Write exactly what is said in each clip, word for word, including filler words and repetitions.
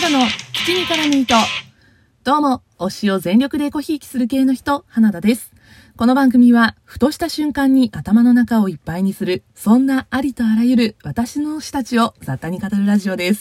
田の口にからぬ糸。どうも、推しを全力でコひいきする系の人、花田です。この番組は、ふとした瞬間に頭の中をいっぱいにする、そんなありとあらゆる私の推したちを雑多に語るラジオです。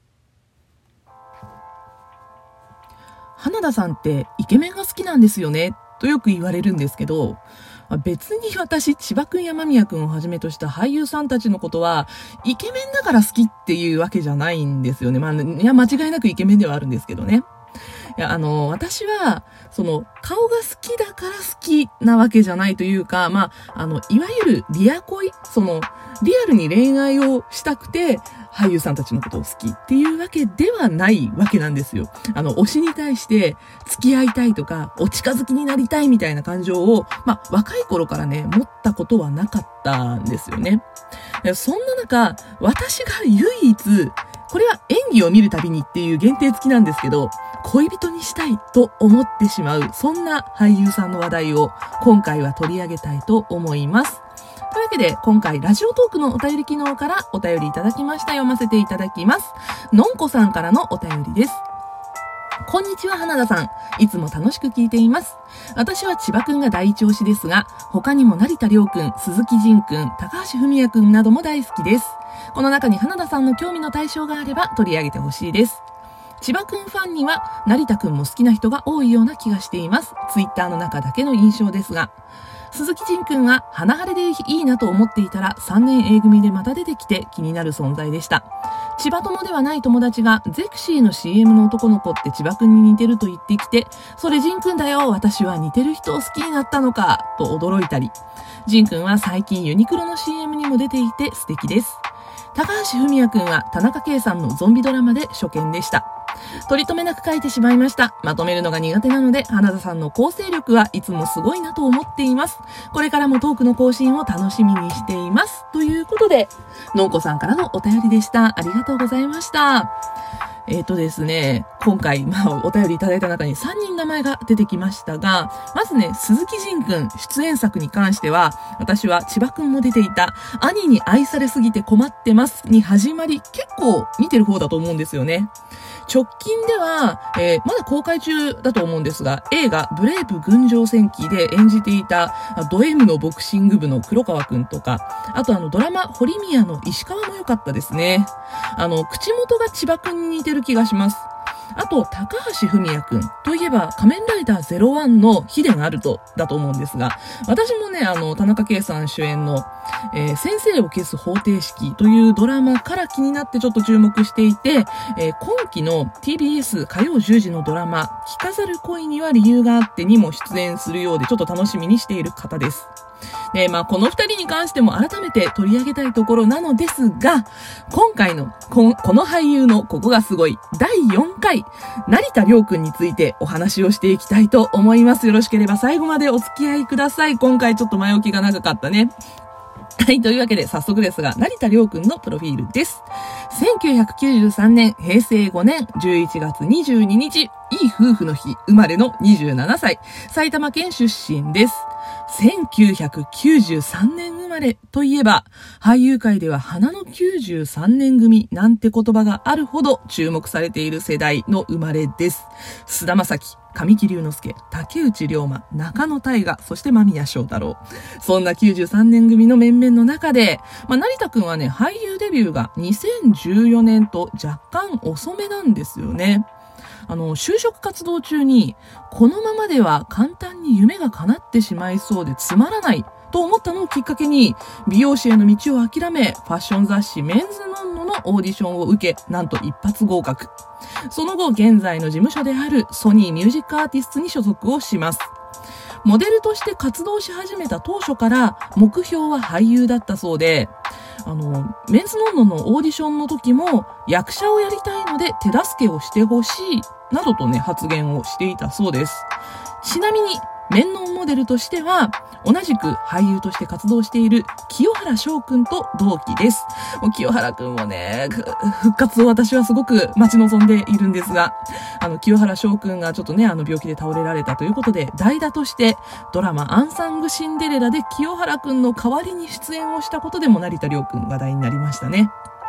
花田さんってイケメンが好きなんですよね、とよく言われるんですけど、別に私、千葉くんや間宮くんをはじめとした俳優さんたちのことは、イケメンだから好きっていうわけじゃないんですよね。まあ、いや、間違いなくイケメンではあるんですけどね。いや、あの、私は、その、顔が好きだから好きなわけじゃないというか、まあ、あの、いわゆるリア恋、その、リアルに恋愛をしたくて、俳優さんたちのことを好きっていうわけではないわけなんですよ。あの、推しに対して付き合いたいとか、お近づきになりたいみたいな感情を、まあ、若い頃からね、持ったことはなかったんですよね。そんな中、私が唯一、これは演技を見るたびにっていう限定付きなんですけど、恋人にしたいと思ってしまう、そんな俳優さんの話題を今回は取り上げたいと思います。というわけで、今回ラジオトークのお便り機能からお便りいただきました。読ませていただきます。のんこさんからのお便りです。こんにちは、花田さん。いつも楽しく聞いています。私は千葉くんが第一推しですが、他にも成田凌くん、鈴木仁くん、高橋文也くんなども大好きです。この中に花田さんの興味の対象があれば取り上げてほしいです。千葉くんファンには成田くんも好きな人が多いような気がしています。ツイッターの中だけの印象ですが。鈴木仁くんは花晴れでいいなと思っていたらさんねん A 組でまた出てきて気になる存在でした。千葉友ではない友達がゼクシーの シーエム の男の子って千葉くんに似てると言ってきて、それ仁くんだよ、私は似てる人を好きになったのか、と驚いたり。仁くんは最近ユニクロの シーエム にも出ていて素敵です。高橋文也くんは田中圭さんのゾンビドラマで初見でした。取り留めなく書いてしまいました。まとめるのが苦手なので、花田さんの構成力はいつもすごいなと思っています。これからもトークの更新を楽しみにしています。ということで、のんこさんからのお便りでした。ありがとうございました。えっとですね、今回、まあ、お便りいただいた中にさんにん名前が出てきましたが、まずね、鈴木仁くん出演作に関しては、私は千葉くんも出ていた、兄に愛されすぎて困ってますに始まり、結構見てる方だと思うんですよね。直近では、えー、まだ公開中だと思うんですが、映画ブレイブ群青戦記で演じていたド M のボクシング部の黒川くんとか、あとあのドラマ堀宮の石川も良かったですね。あの、口元が千葉くんに似てる気がします。あと、高橋文也くんといえば、仮面ライダーゼロワンのヒデナルトだと思うんですが、私もね、あの、田中圭さん主演の、えー、先生を消す方程式というドラマから気になってちょっと注目していて、えー、今期の ティービーエス 火曜じゅうじのドラマ、着飾る恋には理由があってにも出演するようで、ちょっと楽しみにしている方です。で、まあ、この二人に関しても改めて取り上げたいところなのですが、今回のこ、この俳優のここがすごいだいよんかい、成田凌くんについてお話をしていきたいと思います。よろしければ最後までお付き合いください。今回ちょっと前置きが長かったね。はい、というわけで早速ですが、成田凌くんのプロフィールです。せんきゅうひゃくきゅうじゅうさんねん、へいせいごねんじゅういちがつにじゅうににち、いい夫婦の日生まれのにじゅうななさい、埼玉県出身です。せんきゅうひゃくきゅうじゅうさんねん生まれといえば、俳優界では花のきゅうじゅうさんねん組なんて言葉があるほど注目されている世代の生まれです。菅田将暉、神木隆之介、竹内涼真、中野大河、そして間宮祥太朗。そんなきゅうじゅうさんねん組の面々の中で、まあ、成田くんはね、俳優デビューがにせんじゅうよねんと若干遅めなんですよね。あの、就職活動中に、このままでは簡単に夢が叶ってしまいそうでつまらないと思ったのをきっかけに、美容師への道を諦め、ファッション雑誌メンズノンノのオーディションを受け、なんと一発合格。その後、現在の事務所であるソニーミュージックアーティストに所属をします。モデルとして活動し始めた当初から目標は俳優だったそうで、あの、メンズノンノのオーディションの時も役者をやりたいので手助けをしてほしいなどとね、発言をしていたそうです。ちなみに、メンノンモデルとしては、同じく俳優として活動している清原翔くんと同期です。清原くんもね、復活を私はすごく待ち望んでいるんですが、あの、清原翔くんがちょっとね、あの病気で倒れられたということで、代打としてドラマアンサングシンデレラで清原くんの代わりに出演をしたことでも成田凌くん話題になりましたね。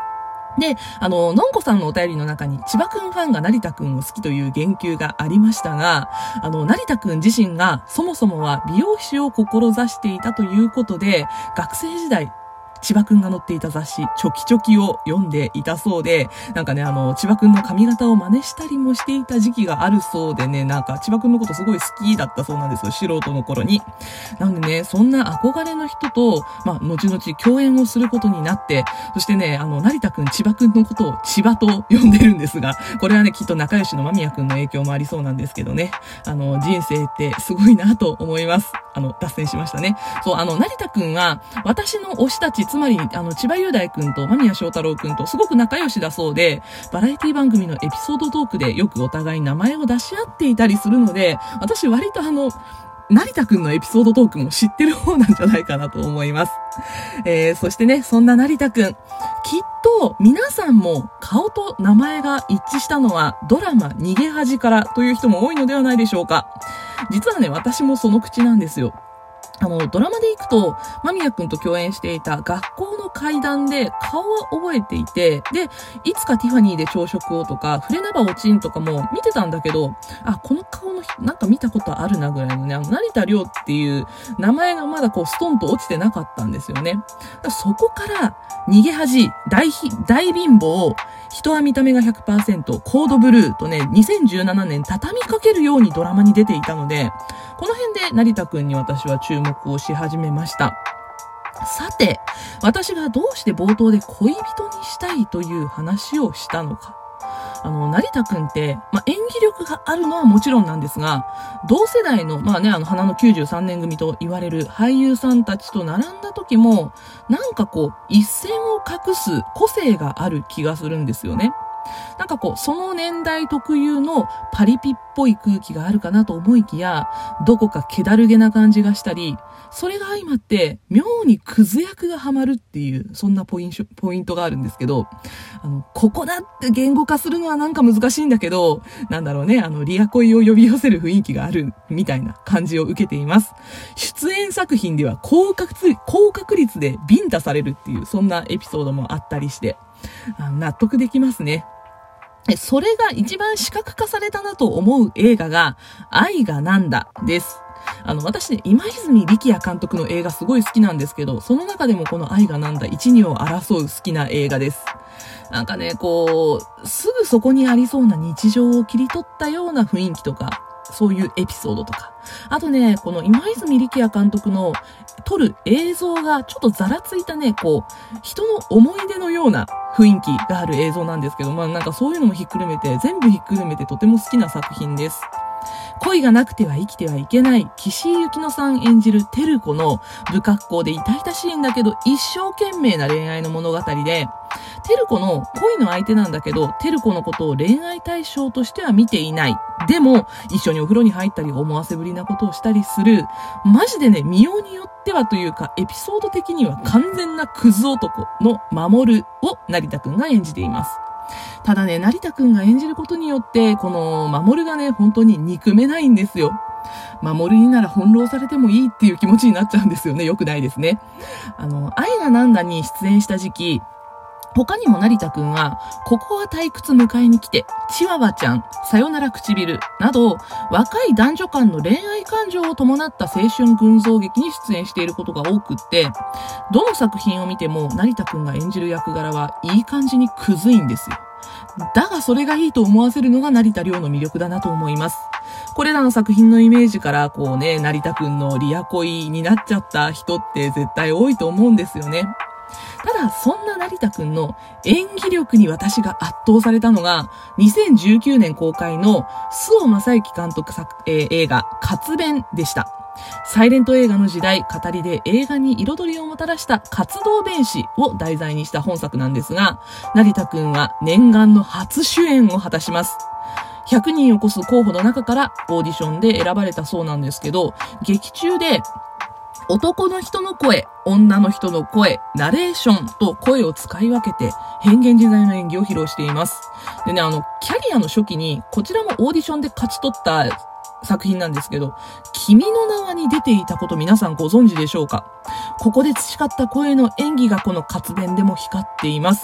で、あの、のんこさんのお便りの中に、千葉くんファンが成田くんを好きという言及がありましたが、あの、成田くん自身がそもそもは美容師を志していたということで、学生時代、千葉くんが載っていた雑誌、チョキチョキを読んでいたそうで、なんかね、あの、千葉くんの髪型を真似したりもしていた時期があるそうでね、なんか千葉くんのことすごい好きだったそうなんですよ、素人の頃に。なんでね、そんな憧れの人と、まあ、後々共演をすることになって、そしてね、あの、成田くん、千葉くんのことを千葉と呼んでるんですが、これはね、きっと仲良しの間宮くんの影響もありそうなんですけどね、あの、人生ってすごいなと思います。あの、脱線しましたね。そう、あの、成田くんは、私の推したち、つまり、あの、千葉雄大くんと間宮祥太郎くんとすごく仲良しだそうで、バラエティ番組のエピソードトークでよくお互い名前を出し合っていたりするので、私割とあの、成田くんのエピソードトークも知ってる方なんじゃないかなと思います。えー、そしてね、そんな成田くん、きっと皆さんも顔と名前が一致したのはドラマ逃げ恥からという人も多いのではないでしょうか。実はね、私もその口なんですよ。あの、ドラマで行くと、間宮くんと共演していた学校の階段で顔は覚えていて、で、いつかティファニーで朝食をとか、フレナバおちんとかも見てたんだけど、あ、この顔の人、なんか見たことあるなぐらいのね、あの、成田凌っていう名前がまだこう、ストンと落ちてなかったんですよね。だからそこから、逃げ恥、大ひ、大貧乏、人は見た目が ひゃくパーセント、コードブルーとね、にせんじゅうななねん畳みかけるようにドラマに出ていたので、この辺で成田くんに私は注目をし始めました。さて、私がどうして冒頭で恋人にしたいという話をしたのか。あの、成田くんって、まあ、演技力があるのはもちろんなんですが、同世代の、まあね、あの、花のきゅうじゅうさんねん組と言われる俳優さんたちと並んだ時も、なんかこう、一線を画す個性がある気がするんですよね。なんかこう、その年代特有のパリピっぽい空気があるかなと思いきや、どこか気だるげな感じがしたり、それが相まって、妙にクズ役がハマるっていう、そんなポイント、ポイントがあるんですけど、あの、ここだって言語化するのはなんか難しいんだけど、なんだろうね、あの、リア恋を呼び寄せる雰囲気がある、みたいな感じを受けています。出演作品では高確率、高確率でビンタされるっていう、そんなエピソードもあったりして、納得できますね。それが一番視覚化されたなと思う映画が、愛がなんだです。あの、私ね、今泉力也監督の映画すごい好きなんですけど、その中でもこの愛がなんだ、一、二を争う好きな映画です。なんかね、こう、すぐそこにありそうな日常を切り取ったような雰囲気とか、そういうエピソードとか。あとね、この今泉力也監督の撮る映像がちょっとざらついたね、こう、人の思い出のような雰囲気がある映像なんですけど、まあなんかそういうのもひっくるめて、全部ひっくるめてとても好きな作品です。恋がなくては生きてはいけない岸井ゆきのさん演じるテル子の不格好で痛々しいんだけど一生懸命な恋愛の物語で、テル子の恋の相手なんだけど、テル子のことを恋愛対象としては見ていない。でも、一緒にお風呂に入ったり思わせぶりなことをしたりする。マジでね、見ようによってはというか、エピソード的には完全なクズ男の守るを成田くんが演じています。ただね、成田くんが演じることによって、この守るがね、本当に憎めないんですよ。守るになら翻弄されてもいいっていう気持ちになっちゃうんですよね。よくないですね。あの、愛がなんだに出演した時期、他にも成田くんは、ここは退屈迎えに来て、チワワちゃん、さよなら唇など、若い男女間の恋愛感情を伴った青春群像劇に出演していることが多くって、どの作品を見ても成田くんが演じる役柄はいい感じにクズいんですよ。だがそれがいいと思わせるのが成田凌の魅力だなと思います。これらの作品のイメージからこうね、成田くんのリア恋になっちゃった人って絶対多いと思うんですよね。ただ、そんな成田くんの演技力に私が圧倒されたのが、にせんじゅうきゅうねん公開の周防正幸監督作、えー、映画、活弁でした。サイレント映画の時代、語りで映画に彩りをもたらした活動弁士を題材にした本作なんですが、成田くんは念願の初主演を果たします。ひゃくにんを超す候補の中からオーディションで選ばれたそうなんですけど、劇中で男の人の声、女の人の声、ナレーションと声を使い分けて変幻自在の演技を披露しています。でね、あの、キャリアの初期にこちらもオーディションで勝ち取った作品なんですけど、君の名はに出ていたこと皆さんご存知でしょうか？ここで培った声の演技がこの活弁でも光っています。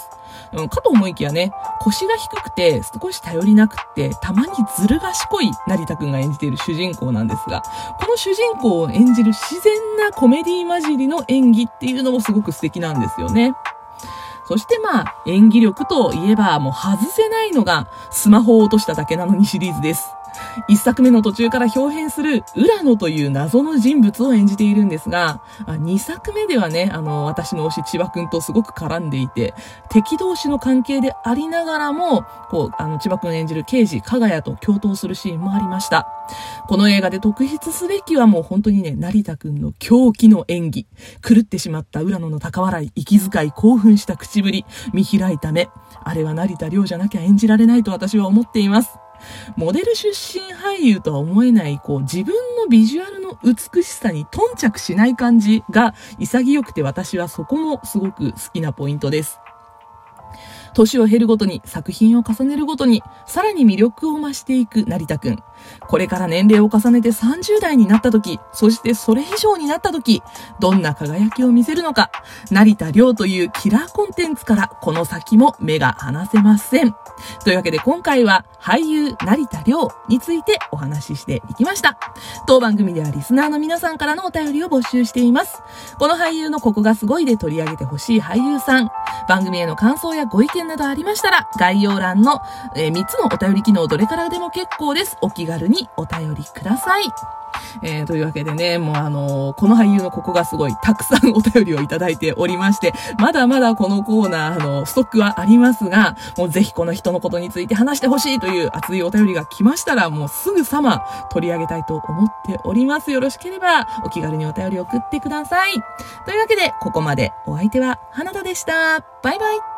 うん、かと思いきやね、腰が低くて少し頼りなくて、たまにずる賢い成田くんが演じている主人公なんですが、この主人公を演じる自然なコメディ混じりの演技っていうのもすごく素敵なんですよね。そしてまあ、演技力といえばもう外せないのが、スマホを落としただけなのにシリーズです。一作目の途中から表変する浦野という謎の人物を演じているんですが、二作目ではね、あの、私の推し千葉くんとすごく絡んでいて、敵同士の関係でありながらも、こう、あの、千葉くん演じる刑事、加賀谷と共闘するシーンもありました。この映画で特筆すべきはもう本当にね、成田くんの狂気の演技。狂ってしまった浦野の高笑い、息遣い、興奮した口ぶり、見開いた目。あれは成田凌じゃなきゃ演じられないと私は思っています。モデル出身俳優とは思えない、こう、自分のビジュアルの美しさに頓着しない感じが潔くて、私はそこもすごく好きなポイントです。年を経るごとに、作品を重ねるごとに、さらに魅力を増していく成田くん。これから年齢を重ねてさんじゅう代になった時、そしてそれ以上になった時、どんな輝きを見せるのか、成田凌というキラーコンテンツからこの先も目が離せません。というわけで今回は俳優成田凌についてお話ししていきました。当番組ではリスナーの皆さんからのお便りを募集しています。この俳優のここがすごいで取り上げてほしい俳優さん、番組への感想やご意見などありましたら、概要欄の、えー、みっつのお便り機能どれからでも結構です。お気軽にお便りください。えー、というわけでね、もうあのー、この俳優のここがすごいたくさんお便りをいただいておりまして、まだまだこのコーナー、あのー、ストックはありますが、もうぜひこの人のことについて話してほしいという熱いお便りが来ましたら、もうすぐさま取り上げたいと思っております。よろしければお気軽にお便りを送ってください。というわけで、ここまでお相手は花田でした。バイバイ。